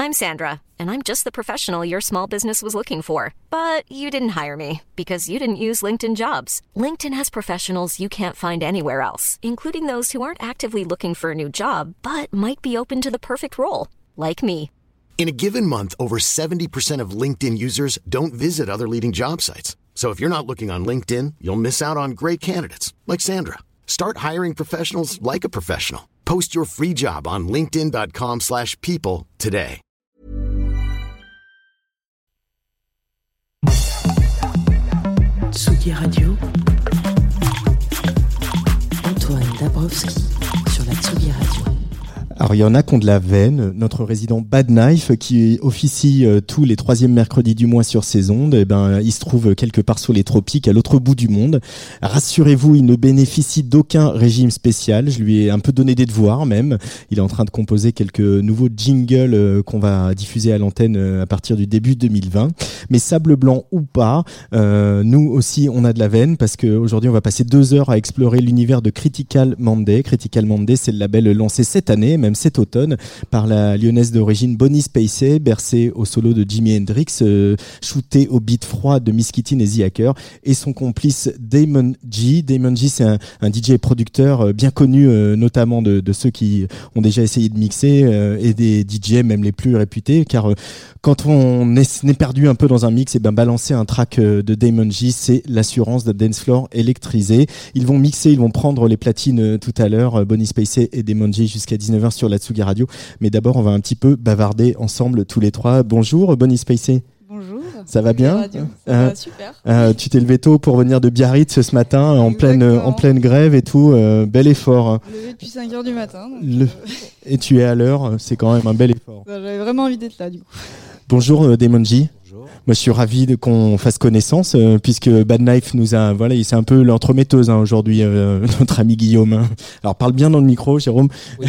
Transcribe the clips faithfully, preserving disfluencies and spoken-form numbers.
I'm Sandra, and I'm just the professional your small business was looking for. But you didn't hire me because you didn't use LinkedIn Jobs. LinkedIn has professionals you can't find anywhere else, including those who aren't actively looking for a new job, but might be open to the perfect role, like me. In a given month, over seventy percent of LinkedIn users don't visit other leading job sites. So if you're not looking on LinkedIn, you'll miss out on great candidates like Sandra. Start hiring professionals like a professional. Post your free job on linkedin.com slash people today. Tsugi Radio. Antoine Dabrowski sur la Tsugi Radio. Alors il y en a qui ont de la veine. Notre résident Bad Knife qui officie euh, tous les troisièmes mercredis du mois sur ces ondes, eh ben, il se trouve quelque part sur les tropiques à l'autre bout du monde. Rassurez-vous, il ne bénéficie d'aucun régime spécial. Je lui ai un peu donné des devoirs même. Il est en train de composer quelques nouveaux jingles euh, qu'on va diffuser à l'antenne euh, à partir du début deux mille vingt. Mais sable blanc ou pas, euh, nous aussi on a de la veine parce qu'aujourd'hui on va passer deux heures à explorer l'univers de Critical Monday. Critical Monday, c'est le label lancé cette année, même cet automne, par la lyonnaise d'origine Bonnie Spacey, bercée au solo de Jimi Hendrix, euh, shootée au beat froid de Miss Kitty et The Hacker, et son complice Damon G. Damon G, c'est un, un D J et producteur bien connu, euh, notamment de, de ceux qui ont déjà essayé de mixer, euh, et des D J même les plus réputés, car euh, quand on est, est perdu un peu dans un mix, et ben balancer un track de Damon G, c'est l'assurance d'un dance floor électrisé. Ils vont mixer, ils vont prendre les platines tout à l'heure, Bonnie Spacey et Damon G, jusqu'à dix-neuf heures sur la Tsugi Radio. Mais d'abord, on va un petit peu bavarder ensemble tous les trois. Bonjour Bonnie Spacey. Bonjour. Ça va bien? Radio, ça euh, va super. Euh, tu t'es levé tôt pour venir de Biarritz ce matin, en pleine, en pleine grève et tout. Euh, bel effort. Levé depuis cinq heures du matin. Donc Le... Et tu es à l'heure, c'est quand même un bel effort. J'avais vraiment envie d'être là du coup. Bonjour euh, Damon G. Bonjour. Moi je suis ravi de qu'on fasse connaissance euh, puisque Bad Knife nous a, voilà, c'est un peu l'entremetteuse hein, aujourd'hui, euh, notre ami Guillaume. Hein. Alors parle bien dans le micro, Jérôme. Oui,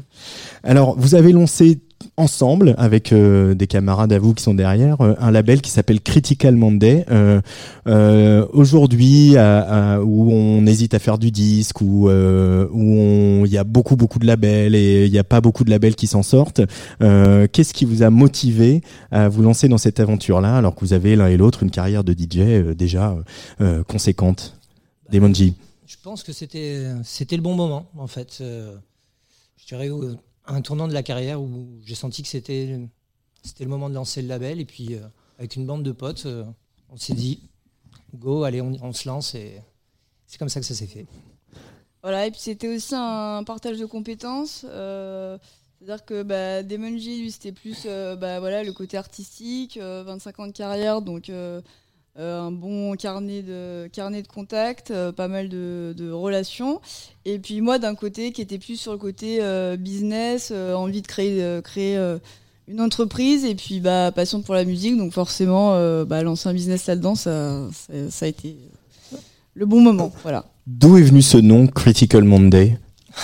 Alors vous avez lancé ensemble avec euh, des camarades à vous qui sont derrière euh, un label qui s'appelle Critical Monday. Euh, euh, aujourd'hui, à, à, où on hésite à faire du disque, où euh, où il y a beaucoup beaucoup de labels et il n'y a pas beaucoup de labels qui s'en sortent. Euh, qu'est-ce qui vous a motivé à vous lancer dans cette aventure-là, alors que vous avez l'un et l'autre une carrière de D J euh, déjà euh, conséquente? Damon G. Je pense que c'était c'était le bon moment en fait. Euh, je dirais euh, un tournant de la carrière où j'ai senti que c'était c'était le moment de lancer le label et puis euh, avec une bande de potes, euh, on s'est dit go, allez, on, on se lance et c'est comme ça que ça s'est fait. Voilà, et puis c'était aussi un partage de compétences. Euh, c'est-à-dire que bah, Damon G, lui, c'était plus euh, bah, voilà, le côté artistique, euh, vingt-cinq ans de carrière, donc euh, euh, un bon carnet de, carnet de contacts, euh, pas mal de, de relations. Et puis moi, d'un côté, qui était plus sur le côté euh, business, euh, envie de créer, euh, créer euh, une entreprise, et puis bah, passion pour la musique. Donc forcément, euh, bah, lancer un business là-dedans, ça, ça, ça a été le bon moment. Voilà. D'où est venu ce nom, Critical Monday?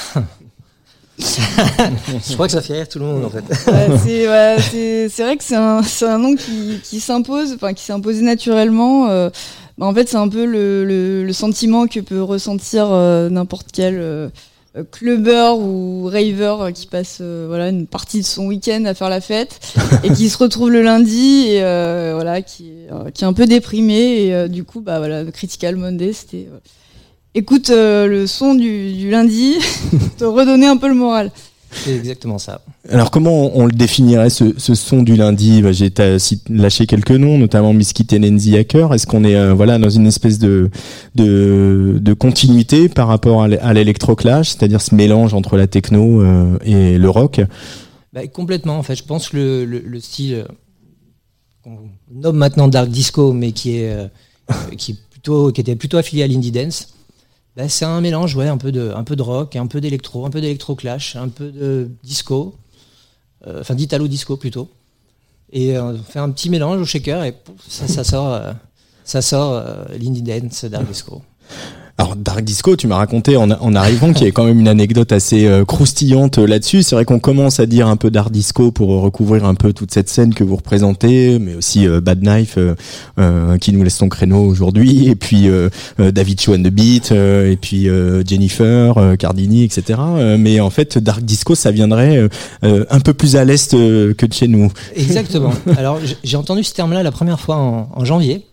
Je crois que ça fait rire tout le monde en fait. Ouais, c'est, ouais, c'est, c'est vrai que c'est un, c'est un nom qui, qui s'impose, enfin qui s'est imposé naturellement. Euh, bah, en fait, c'est un peu le, le, le sentiment que peut ressentir euh, n'importe quel euh, clubbeur ou raver qui passe euh, voilà une partie de son week-end à faire la fête et qui se retrouve le lundi et euh, voilà qui, euh, qui est un peu déprimé et euh, du coup bah voilà, le Critical Monday, c'était euh, écoute euh, le son du, du lundi, te redonner un peu le moral. C'est exactement ça. Alors comment on, on le définirait ce, ce son du lundi? J'ai lâché quelques noms, notamment Miss Kitty et The Hacker. Est-ce qu'on est euh, voilà dans une espèce de, de de continuité par rapport à l'électroclash, c'est-à-dire ce mélange entre la techno euh, et le rock? Bah, complètement en fait. Je pense que le, le, le style qu'on nomme maintenant dark disco, mais qui est euh, qui est plutôt qui était plutôt affilié à l'indie dance. Bah, c'est un mélange, ouais, un peu de, un peu de rock, un peu d'électro, un peu d'électro-clash, un peu de disco, euh, enfin d'italo-disco plutôt. Et euh, on fait un petit mélange au shaker et pouf, ça, ça sort, euh, ça sort euh, l'indie dance, dark disco. Alors Dark Disco, tu m'as raconté en, en arrivant qu'il y a quand même une anecdote assez euh, croustillante euh, là-dessus. C'est vrai qu'on commence à dire un peu Dark Disco pour euh, recouvrir un peu toute cette scène que vous représentez, mais aussi euh, Bad Knife euh, euh, qui nous laisse son créneau aujourd'hui, et puis euh, euh, David Chou and the Beat, euh, et puis euh, Jennifer, euh, Cardini, et cetera. Euh, mais en fait, Dark Disco, ça viendrait euh, euh, un peu plus à l'est euh, que de chez nous. Exactement. Alors j'ai entendu ce terme-là la première fois en, en janvier,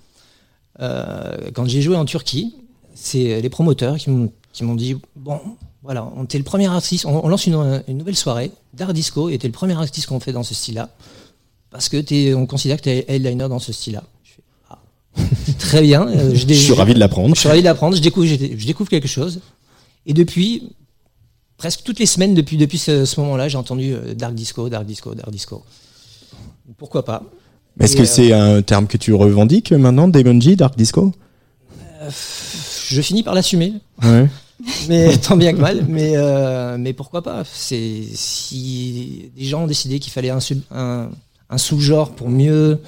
euh, quand j'ai joué en Turquie. C'est les promoteurs qui m'ont, qui m'ont dit bon, voilà, on était le premier artiste, on, on lance une, une nouvelle soirée, Dark Disco, et t'es le premier artiste qu'on fait dans ce style-là, parce que t'es, on considère que t'es headliner dans ce style-là. Je fais, ah, très bien. Euh, je, je suis ravi de l'apprendre. Je suis ravi de l'apprendre. Je découvre, je, je découvre quelque chose, et depuis presque toutes les semaines, depuis depuis ce, ce moment-là, j'ai entendu euh, Dark Disco, Dark Disco, Dark Disco. Pourquoi pas? Est-ce et que euh, c'est un terme que tu revendiques maintenant, Damon G, Dark Disco? euh, Je finis par l'assumer, ouais. mais tant bien que mal. Mais euh, mais pourquoi pas? C'est si des gens ont décidé qu'il fallait un, sub, un, un sous-genre pour mieux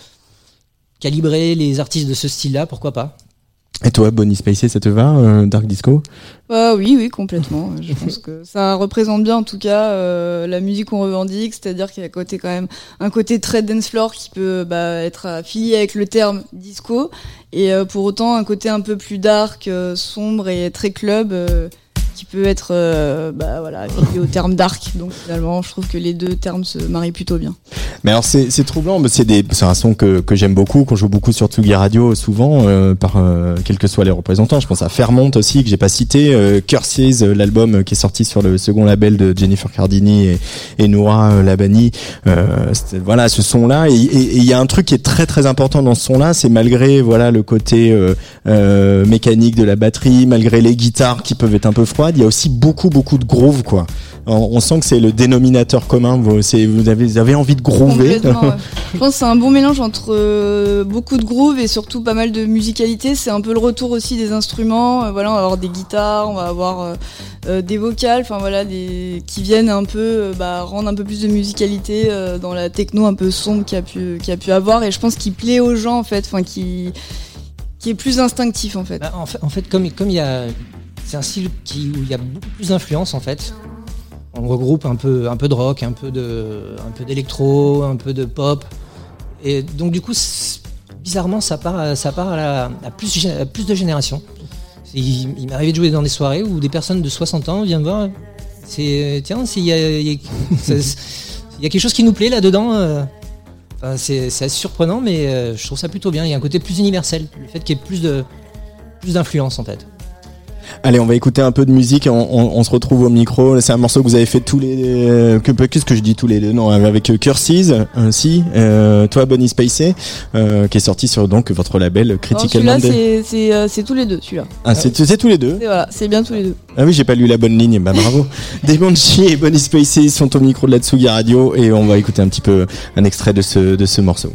calibrer les artistes de ce style-là, pourquoi pas? Et toi, Bonnie Spacey, ça te va, euh, Dark Disco? Bah oui, oui, complètement. Je pense que ça représente bien, en tout cas, euh, la musique qu'on revendique, c'est-à-dire qu'il y a côté quand même un côté très dance floor qui peut bah, être affilié avec le terme disco, et euh, pour autant un côté un peu plus dark, euh, sombre et très club, euh, qui peut être euh, bah, voilà, affilié au terme dark. Donc finalement, je trouve que les deux termes se marient plutôt bien. Mais alors c'est, c'est troublant, mais c'est, des, c'est un son que, que j'aime beaucoup, qu'on joue beaucoup sur Tsugi Radio souvent, euh, par euh, quels que soient les représentants. Je pense à Fairmont aussi, que j'ai pas cité, euh, Curses, euh, l'album qui est sorti sur le second label de Jennifer Cardini et, et Noura euh, Labani. Euh, voilà, ce son-là. Et il y a un truc qui est très très important dans ce son-là, c'est malgré voilà le côté euh, euh, mécanique de la batterie, malgré les guitares qui peuvent être un peu froides, il y a aussi beaucoup beaucoup de groove, quoi. On sent que c'est le dénominateur commun. Vous, c'est, vous, avez, vous avez envie de groover. Ouais. Je pense que c'est un bon mélange entre euh, beaucoup de groove et surtout pas mal de musicalité. C'est un peu le retour aussi des instruments. Euh, voilà, on va avoir des guitares, on va avoir euh, euh, des vocales, enfin voilà, des qui viennent un peu euh, bah, rendre un peu plus de musicalité euh, dans la techno un peu sombre qu'il y a pu qu'il y a pu avoir. Et je pense qu'il plaît aux gens en fait, enfin qui qui est plus instinctif en fait. Bah, en fait, en fait, comme comme il y a, c'est un style qui où il y a beaucoup plus d'influence en fait. On regroupe un peu, un peu de rock, un peu de, un peu d'électro, un peu de pop, et donc du coup, bizarrement, ça part, ça part à, la, à, plus, à plus de générations. Il, il m'est arrivé de jouer dans des soirées où des personnes de soixante ans viennent voir. C'est tiens, il y a, y, a, y a quelque chose qui nous plaît là-dedans. Enfin, c'est, c'est assez surprenant, mais je trouve ça plutôt bien. Il y a un côté plus universel, le fait qu'il y ait plus de, plus d'influence en fait. Allez, on va écouter un peu de musique. On, on, on se retrouve au micro. C'est un morceau que vous avez fait tous les. Euh, que, qu'est-ce que je dis tous les deux? Non, avec euh, Curses, ainsi. Euh, toi, Bonnie Spacey, euh, qui est sorti sur donc votre label Critical Monday. C'est, c'est, euh, c'est tous les deux, celui-là. Ah, c'est, c'est tous les deux. C'est, voilà, c'est bien tous les deux. Ah oui, j'ai pas lu la bonne ligne. Bah bravo. Damon G et Bonnie Spacey sont au micro de la Tsugi Radio et on va écouter un petit peu un extrait de ce de ce morceau.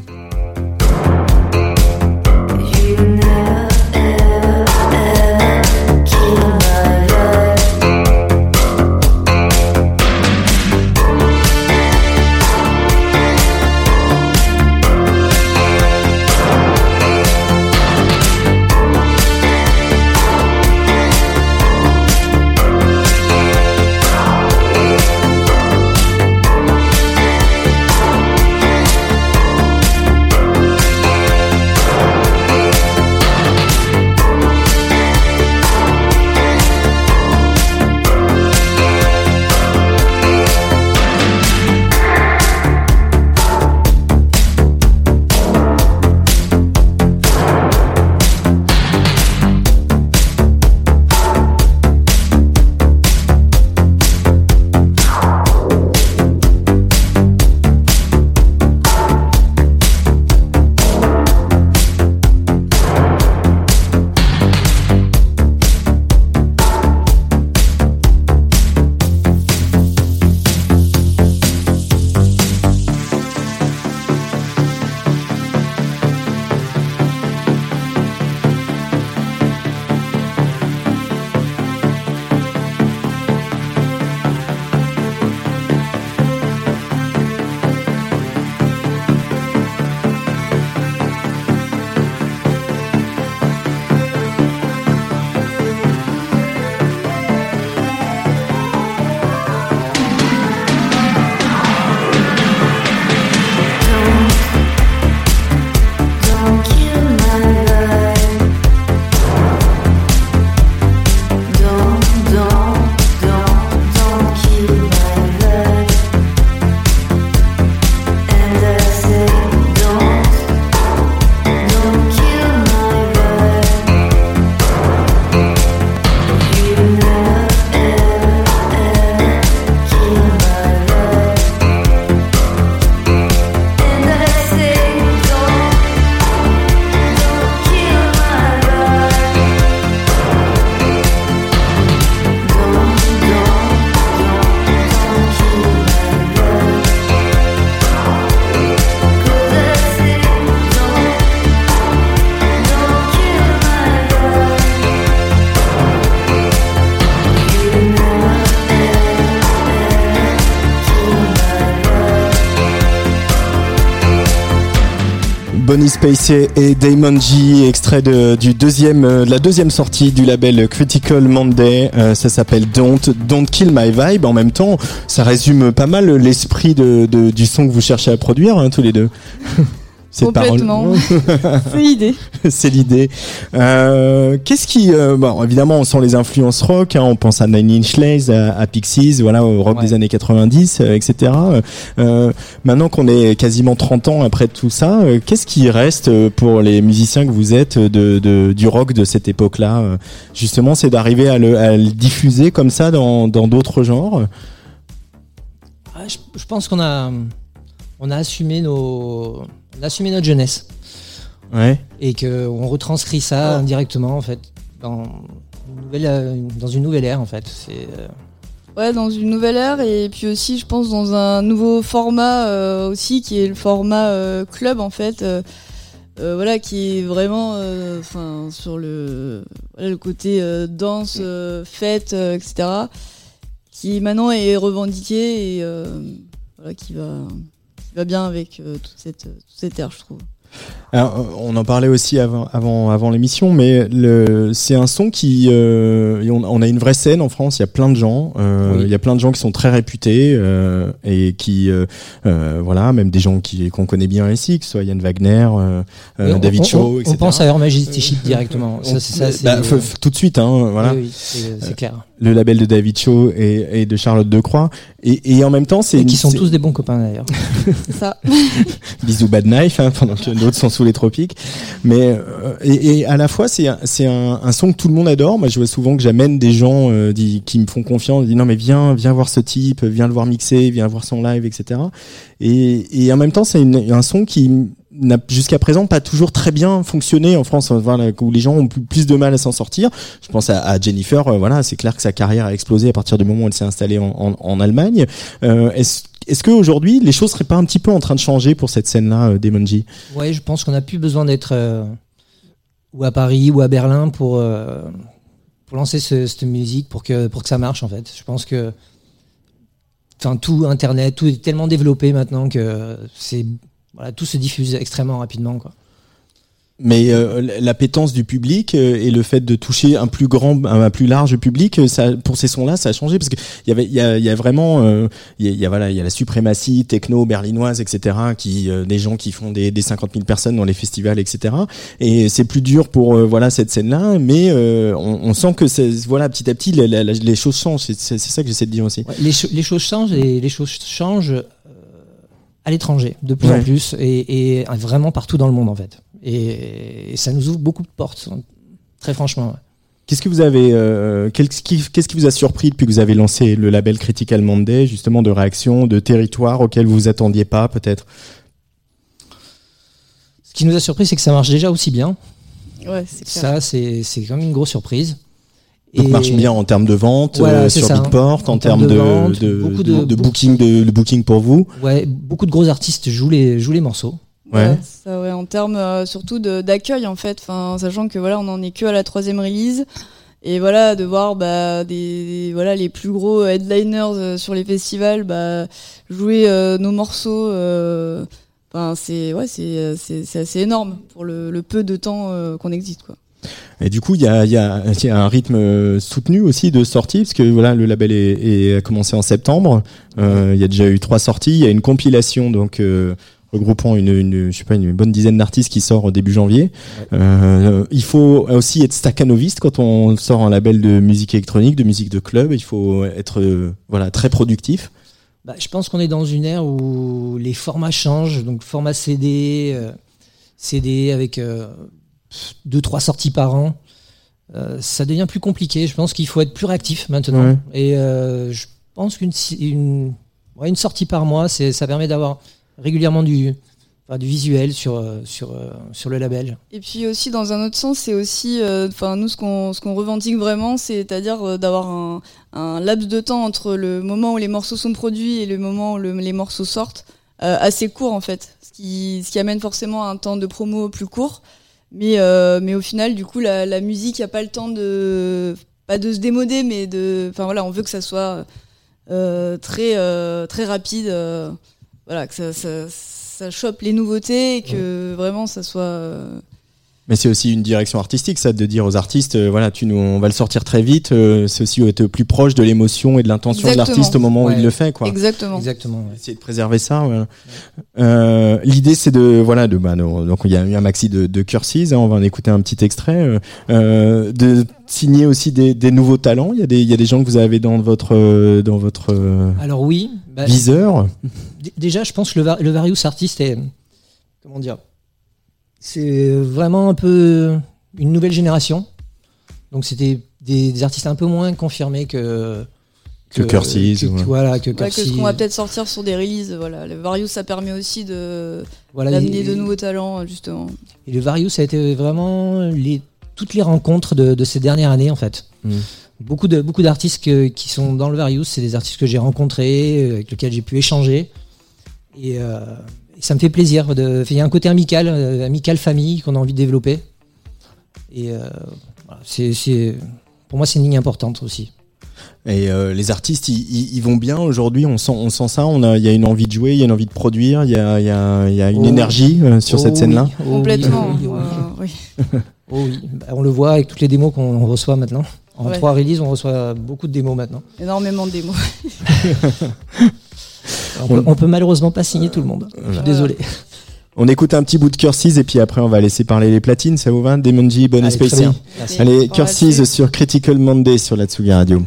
Bonnie Spacey et Damon G, extrait de, du deuxième, euh, de la deuxième sortie du label Critical Monday. Euh, ça s'appelle Don't, Don't Kill My Vibe. En même temps, ça résume pas mal l'esprit de, de, du son que vous cherchez à produire, hein, tous les deux. Complètement. C'est l'idée. C'est l'idée. Euh, qu'est-ce qui, euh, bon, évidemment, on sent les influences rock. Hein, on pense à Nine Inch Nails, à, à Pixies, voilà, au rock ouais. des années quatre-vingt-dix, euh, et cetera. Euh, maintenant qu'on est quasiment trente ans après tout ça, euh, qu'est-ce qui reste pour les musiciens que vous êtes de, de du rock de cette époque-là euh, Justement, c'est d'arriver à le, à le diffuser comme ça dans dans d'autres genres. Ah, je, je pense qu'on a on a assumé nos On a assumé notre jeunesse. Ouais. Et qu'on retranscrit ça indirectement, en fait, dans une nouvelle, dans une nouvelle ère, en fait. C'est, euh... Ouais, dans une nouvelle ère, et puis aussi, je pense, dans un nouveau format euh, aussi, qui est le format euh, club, en fait. Euh, euh, voilà, qui est vraiment enfin euh, sur le, voilà, le côté euh, danse, euh, fête, euh, et cetera. Qui maintenant est revendiqué et euh, voilà, qui va... va bien avec euh, toute cette toute cette ère, je trouve. Alors, on en parlait aussi avant avant avant l'émission, mais le c'est un son qui euh, on, on a une vraie scène en France. Il y a plein de gens, euh, oui. il y a plein de gens qui sont très réputés euh, et qui euh, euh, voilà, même des gens qui qu'on connaît bien ici, que ce soit Yann Wagner, euh, on, David on, Cho, on, et cetera. On pense à Her Majesty Ship directement. Ça, c'est ça, c'est bah, f- f- tout de suite, hein, voilà. Oui, oui, c'est, c'est clair. Le label de David Cho et, et de Charlotte Decroix, et, et en même temps, c'est et qui une, sont c'est... tous des bons copains d'ailleurs. C'est ça. Bisous Bad Knife, hein, pendant que d'autres sont sous les tropiques. Mais euh, et, et à la fois, c'est un, c'est un, un son que tout le monde adore. Moi, je vois souvent que j'amène des gens euh, dit, qui me font confiance, disent non mais viens, viens voir ce type, viens le voir mixer, viens voir son live, et cetera. Et, et en même temps, c'est une, un son qui n'a jusqu'à présent pas toujours très bien fonctionné en France, voilà, où les gens ont plus de mal à s'en sortir. Je pense à, à Jennifer, euh, voilà, c'est clair que sa carrière a explosé à partir du moment où elle s'est installée en, en, en Allemagne. Euh, est-ce, est-ce qu'aujourd'hui, les choses seraient pas un petit peu en train de changer pour cette scène-là, euh, Damon G ? Ouais, je pense qu'on n'a plus besoin d'être euh, ou à Paris ou à Berlin pour euh, pour lancer ce, cette musique, pour que pour que ça marche en fait. Je pense que enfin tout Internet, tout est tellement développé maintenant que c'est Voilà, tout se diffuse extrêmement rapidement, quoi. Mais euh, l'appétence du public euh, et le fait de toucher un plus grand, un plus large public, ça, pour ces sons-là, ça a changé parce que il y avait, il y a, il y a vraiment, euh, il y a, il y a voilà, il y a la suprématie techno berlinoise, et cetera. Qui, euh, des gens qui font des, des cinquante mille personnes dans les festivals, et cetera. Et c'est plus dur pour euh, voilà cette scène-là, mais euh, on, on sent que c'est, voilà, petit à petit, les, les, les choses changent. C'est, c'est, c'est ça que j'essaie de dire aussi. Ouais, les, cho- les choses changent et les choses changent. À l'étranger, de plus ouais. en plus, et, et vraiment partout dans le monde en fait. Et, et ça nous ouvre beaucoup de portes, très franchement. Ouais. Qu'est-ce que vous avez, euh, qu'est-ce qui, qu'est-ce qui vous a surpris depuis que vous avez lancé le label Critical Monday, justement de réactions, de territoires auxquels vous vous attendiez pas, peut-être ? Ce qui nous a surpris, c'est que ça marche déjà aussi bien. Ouais, c'est clair. Ça, c'est, c'est quand même une grosse surprise. Donc et marche bien en termes de vente, voilà, euh, sur ça, Beatport, en, en termes de, de, vente, de, de, de, de booking, de, de booking pour vous. Ouais, beaucoup de gros artistes jouent les, jouent les morceaux. Ouais. Ouais, ça, ouais, en termes euh, surtout de, d'accueil en fait, enfin, sachant que voilà, on en est que à la troisième release. Et voilà, de voir bah, des, des, voilà, les plus gros headliners euh, sur les festivals bah, jouer euh, nos morceaux, euh, c'est, ouais, c'est, c'est, c'est assez énorme pour le, le peu de temps euh, qu'on existe, quoi. Et du coup, il y a, y, a, y a un rythme soutenu aussi de sortie, parce que voilà, le label est, est a commencé en septembre. Euh, il y a déjà eu trois sorties. Il y a une compilation, donc euh, regroupant une, une, je sais pas, une bonne dizaine d'artistes qui sort au début janvier. Ouais. Euh, il faut aussi être staccanoviste quand on sort un label de musique électronique, de musique de club. Il faut être euh, voilà très productif. Bah, je pense qu'on est dans une ère où les formats changent, donc format C D, euh, C D avec euh, deux, trois sorties par an, euh, ça devient plus compliqué. Je pense qu'il faut être plus réactif maintenant. Ouais. Et euh, je pense qu'une une, ouais, une sortie par mois, c'est, ça permet d'avoir régulièrement du, enfin, du visuel sur, sur, sur le label. Et puis aussi, dans un autre sens, c'est aussi, enfin, euh, nous, ce qu'on, ce qu'on revendique vraiment, c'est-à-dire euh, d'avoir un, un laps de temps entre le moment où les morceaux sont produits et le moment où le, les morceaux sortent, euh, assez court en fait, ce qui, ce qui amène forcément un temps de promo plus court. Mais, euh, mais au final, du coup, la, la musique, il n'y a pas le temps de, pas de se démoder, mais de, enfin voilà, on veut que ça soit euh, très, euh, très rapide, euh, voilà, que ça, ça, ça chope les nouveautés et que ouais. vraiment ça soit. Euh... Mais c'est aussi une direction artistique, ça, de dire aux artistes, euh, voilà, tu nous, on va le sortir très vite. Euh, c'est aussi être plus proche de l'émotion et de l'intention Exactement. de l'artiste au moment ouais. où il le fait, quoi. Exactement. Exactement. Ouais. Essayer de préserver ça. Ouais. Ouais. Euh, l'idée, c'est de, voilà, de, bah, no, donc il y a eu un maxi de, de Curses, hein, on va en écouter un petit extrait, euh, de signer aussi des, des nouveaux talents. Il y a des, il y a des gens que vous avez dans votre, dans votre. Euh, Alors oui. Bah, viseur. D- déjà, je pense que le, var- le Various Artist est, comment dire, c'est vraiment un peu une nouvelle génération. Donc c'était des, des artistes un peu moins confirmés que que, que Curses, que, ouais. voilà, que Ouais, Curses. que ce qu'on va peut-être sortir sur des releases. Voilà, le Various, ça permet aussi de Voilà, d'amener et, de nouveaux talents justement. Et le Various, ça a été vraiment les toutes les rencontres de, de ces dernières années en fait. Mmh. Beaucoup de beaucoup d'artistes que, qui sont dans le Various, c'est des artistes que j'ai rencontrés, avec lesquels j'ai pu échanger. Et, euh, et ça me fait plaisir. De, il y a un côté amical, euh, amical famille qu'on a envie de développer. Et euh, voilà, c'est, c'est, pour moi, c'est une ligne importante aussi. Et euh, les artistes, ils, ils, ils vont bien aujourd'hui. On sent, on sent ça. On a, il y a une envie de jouer, il y a une envie de produire, il y a, il y a, il y a une oh, énergie euh, sur oh, cette scène-là. Oui, oh, Complètement. Oui, oui, oui. oui. Oh, oui. Bah, on le voit avec toutes les démos qu'on reçoit maintenant. En ouais. trois releases, on reçoit beaucoup de démos maintenant. Énormément de démos. on, peut, on peut malheureusement pas signer tout le monde. Je suis désolé. On écoute un petit bout de Curses et puis après on va laisser parler les platines. Ça vous va? Damon G, Bon Espèce. Allez, Curses sur Critical Monday sur la Tsugi Radio.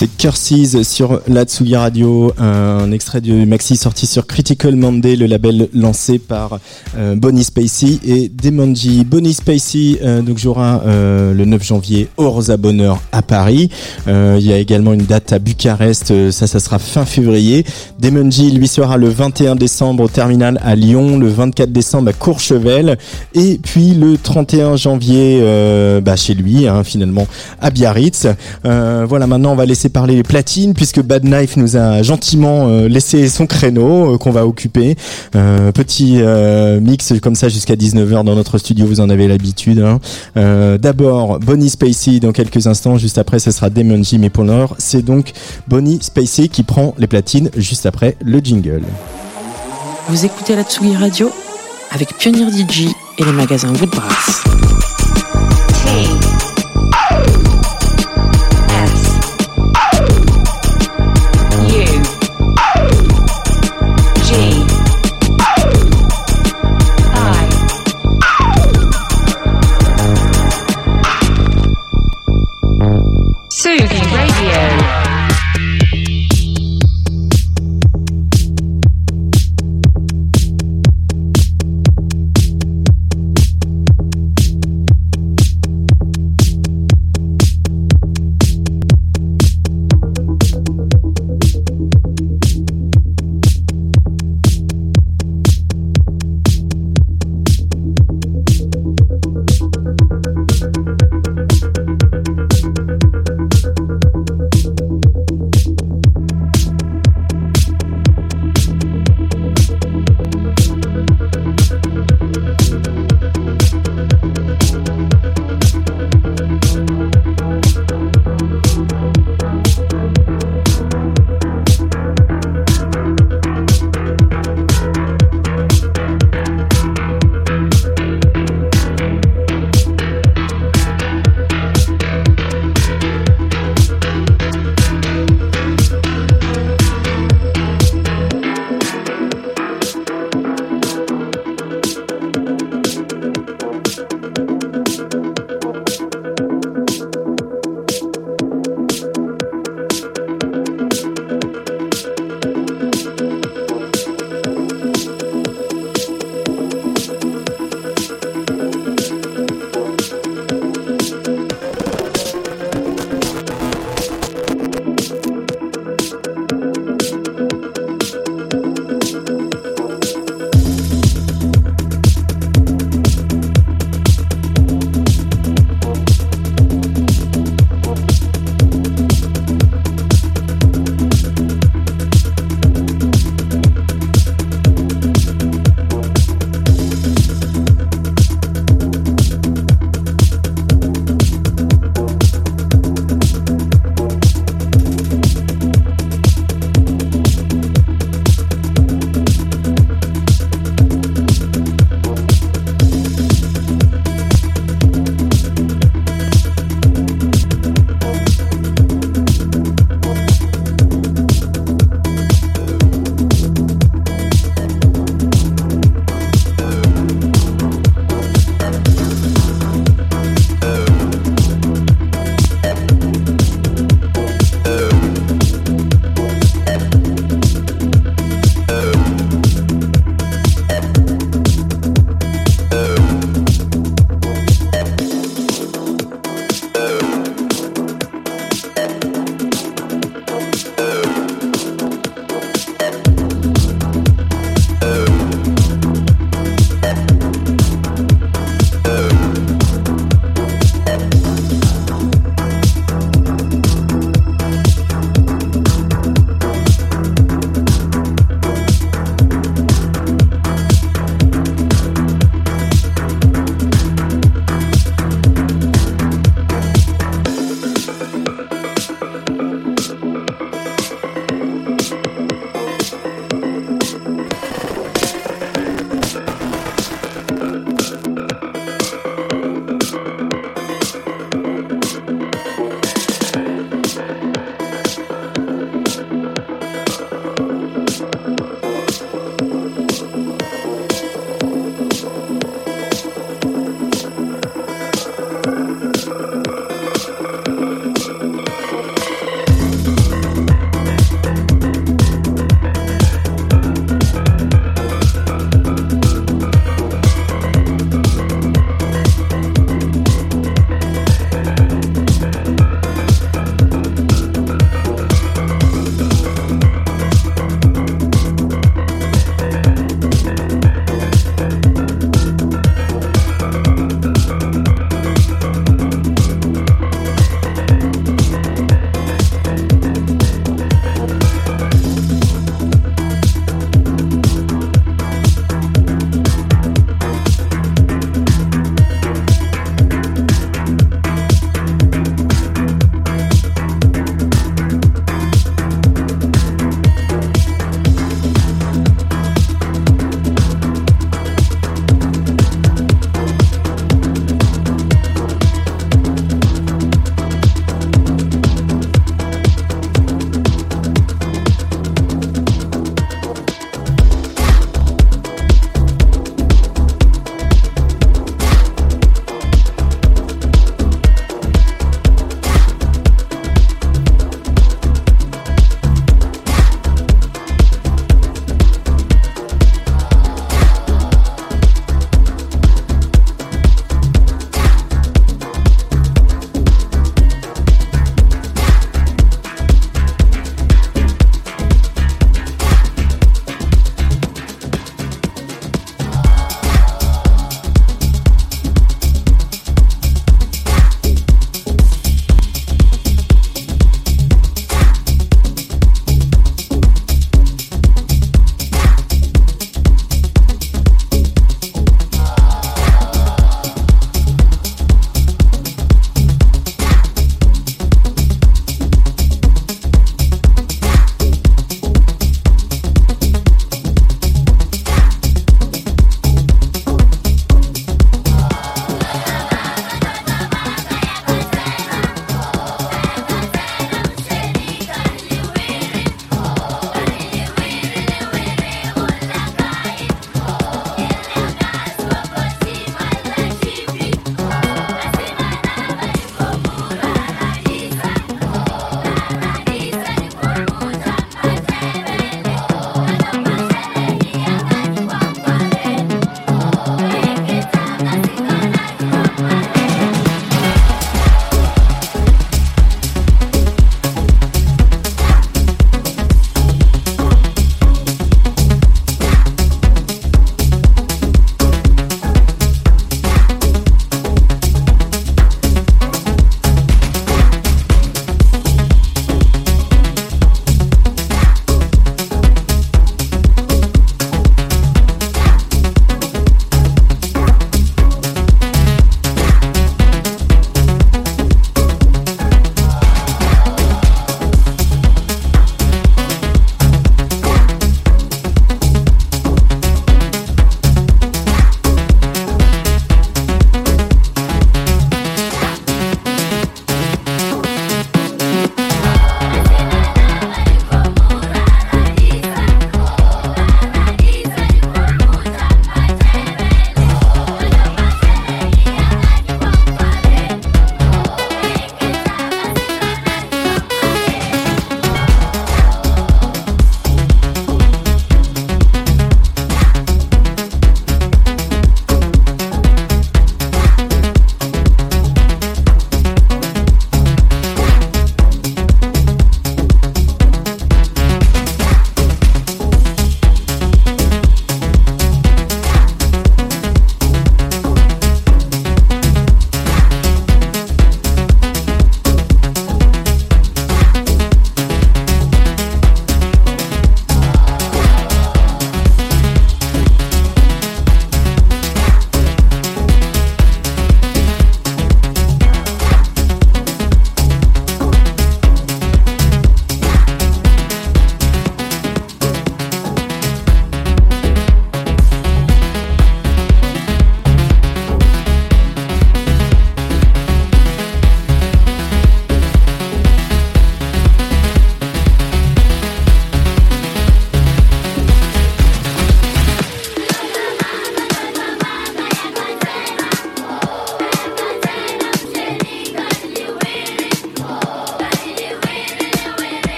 C'est Curses sur la Tsugi Radio, un extrait du maxi sorti sur Critical Monday, le label lancé par euh, Bonnie Spacey et Demonji. Bonnie Spacey euh, donc jouera euh, le neuf janvier au Rosa Bonheur à Paris. Euh, il y a également une date à Bucarest, euh, ça ça sera fin février. Demonji lui sera le vingt et un décembre au Terminal à Lyon, le vingt-quatre décembre à Courchevel et puis le trente et un janvier euh, bah, chez lui hein, finalement à Biarritz. Euh, voilà, maintenant on va laisser parler les platines puisque Bad Knife nous a gentiment euh, laissé son créneau euh, qu'on va occuper. Euh, petit euh, mix comme ça jusqu'à dix-neuf heures dans notre studio, vous en avez l'habitude. Hein. Euh, d'abord Bonnie Spacey dans quelques instants, juste après ce sera Demonji, mais pour l'heure c'est donc Bonnie Spacey qui prend les platines juste après le jingle. Vous écoutez la Tsugi Radio avec Pioneer D J et les magasins Woodbrass.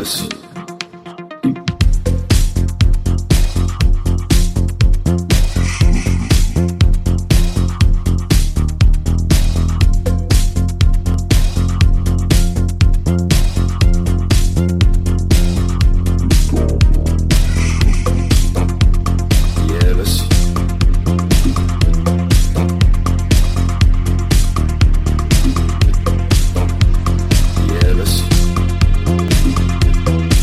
let's see. Yeah, let's see.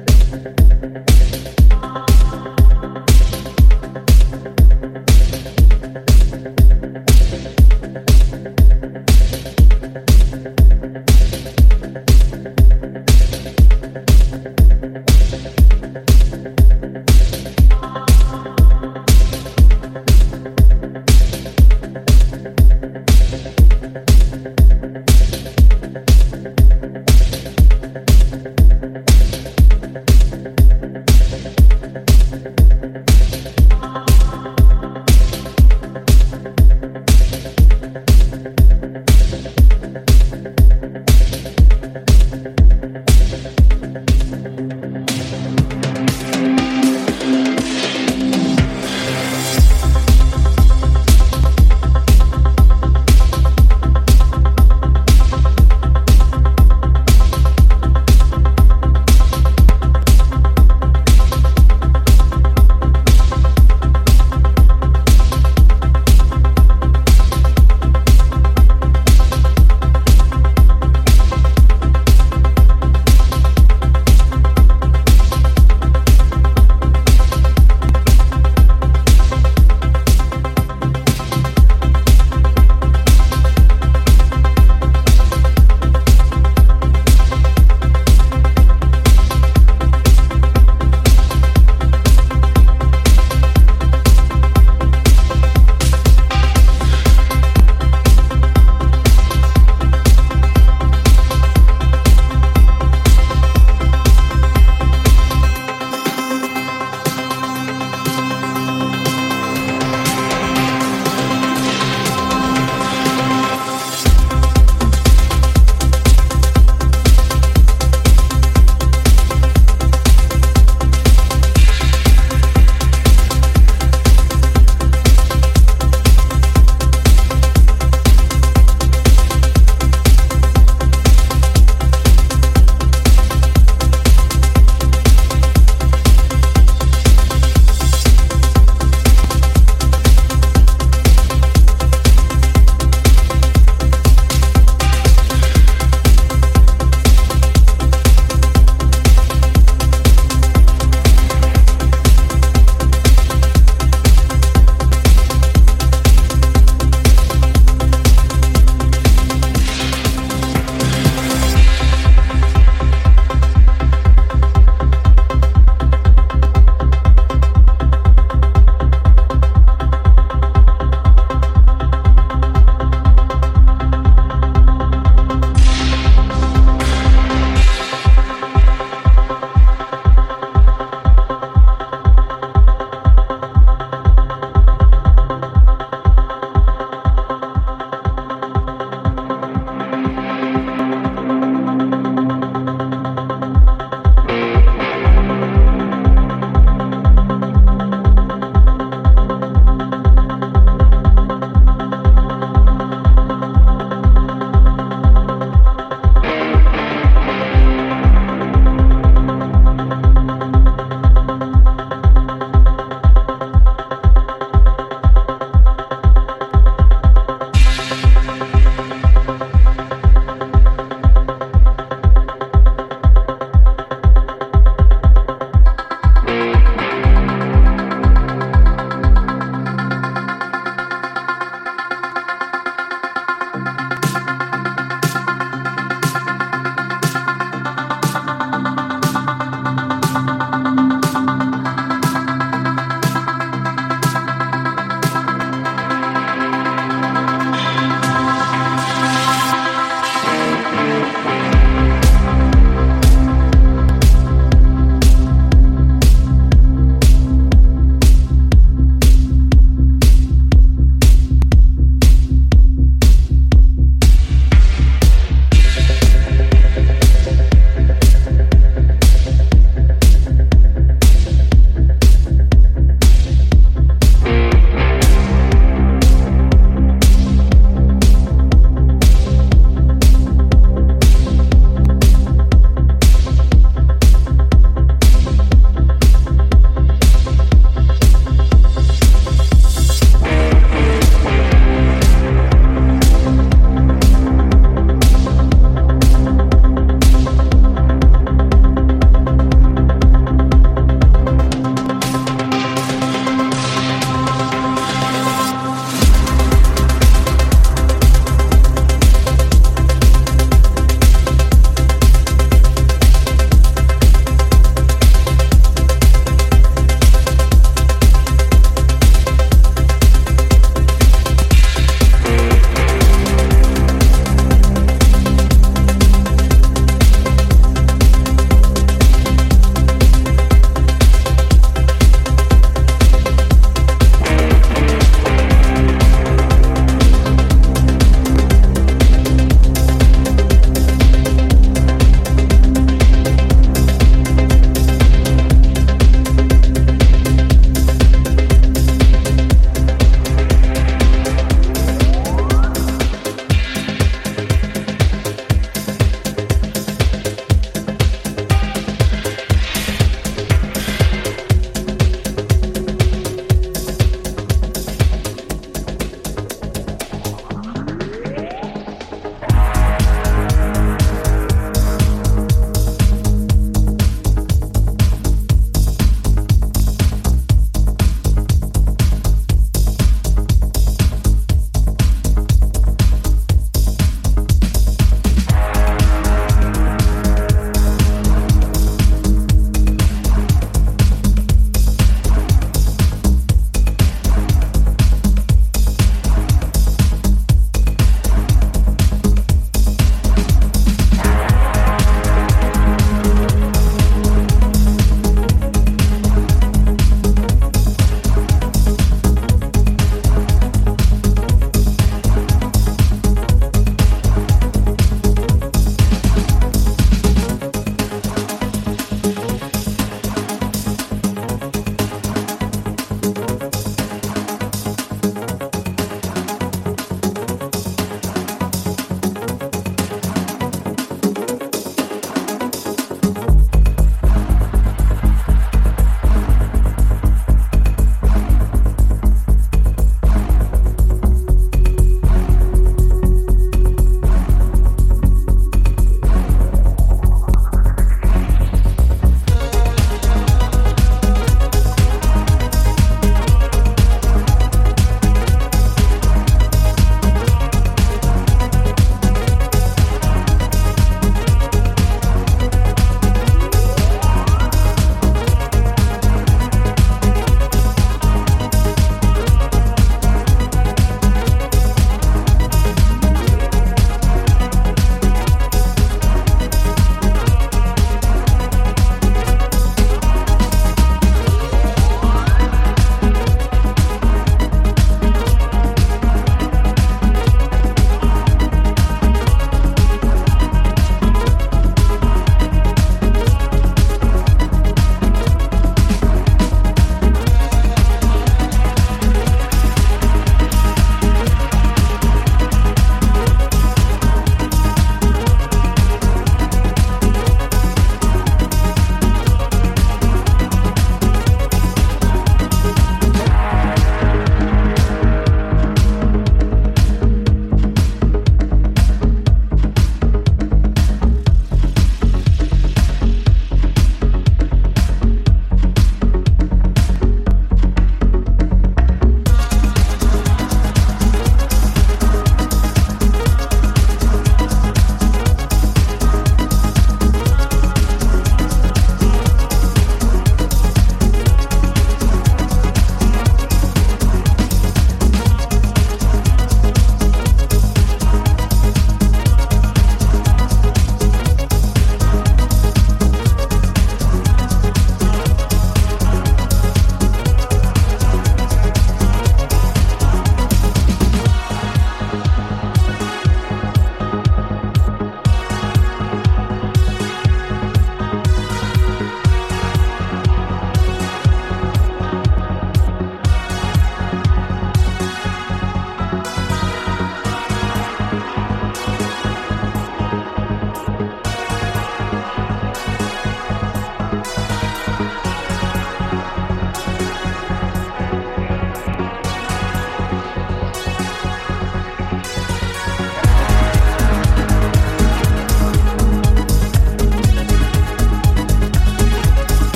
Thank you.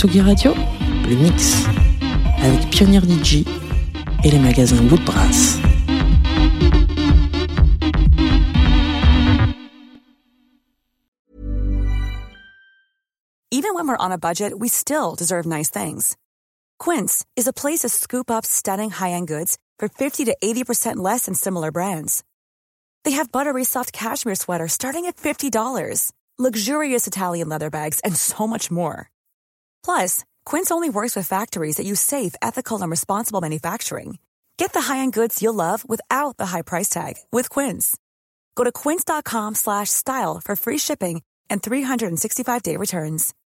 Tsugi Radio, le mix avec Pionnier D J et les magasins Woodbrass. Even when we're on a budget, we still deserve nice things. Quince is a place to scoop up stunning high-end goods for fifty to eighty percent less than similar brands. They have buttery soft cashmere sweaters starting at fifty dollars, luxurious Italian leather bags, and so much more. Plus, Quince only works with factories that use safe, ethical, and responsible manufacturing. Get the high-end goods you'll love without the high price tag with Quince. Go to quince.com slash style for free shipping and three sixty-five day returns.